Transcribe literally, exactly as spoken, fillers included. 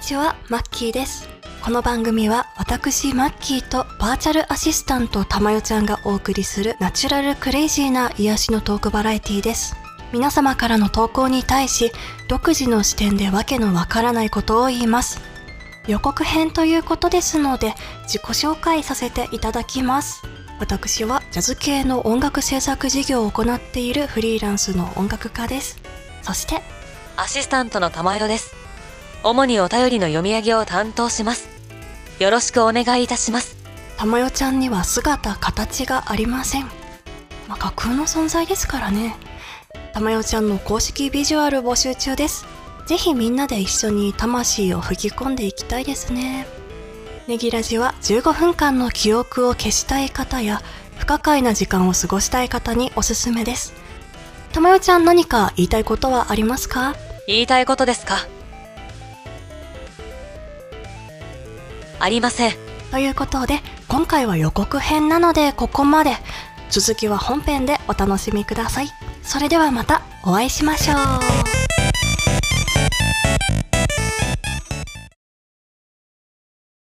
ちは、マッキーです。この番組は私マッキーとバーチャルアシスタントたまよちゃんがお送りするナチュラルクレイジーな癒しのトークバラエティです。皆様からの投稿に対し独自の視点でわけのわからないことを言います。予告編ということですので自己紹介させていただきます。私はジャズ系の音楽制作事業を行っているフリーランスの音楽家です。そしてアシスタントのたまよです。主にお便りの読み上げを担当します。よろしくお願いいたします。 たまよちゃんには姿形がありません。まあ、架空の存在ですからね。たまよちゃんの公式ビジュアル募集中です。ぜひみんなで一緒に魂を吹き込んでいきたいですね。ネギラジはじゅうごふんかんの記憶を消したい方や不可解な時間を過ごしたい方におすすめです。たまよちゃん、何か言いたいことはありますか？ 言いたいことですか？ありません。 ということで今回は予告編なのでここまで。続きは本編でお楽しみください。それではまたお会いしましょう。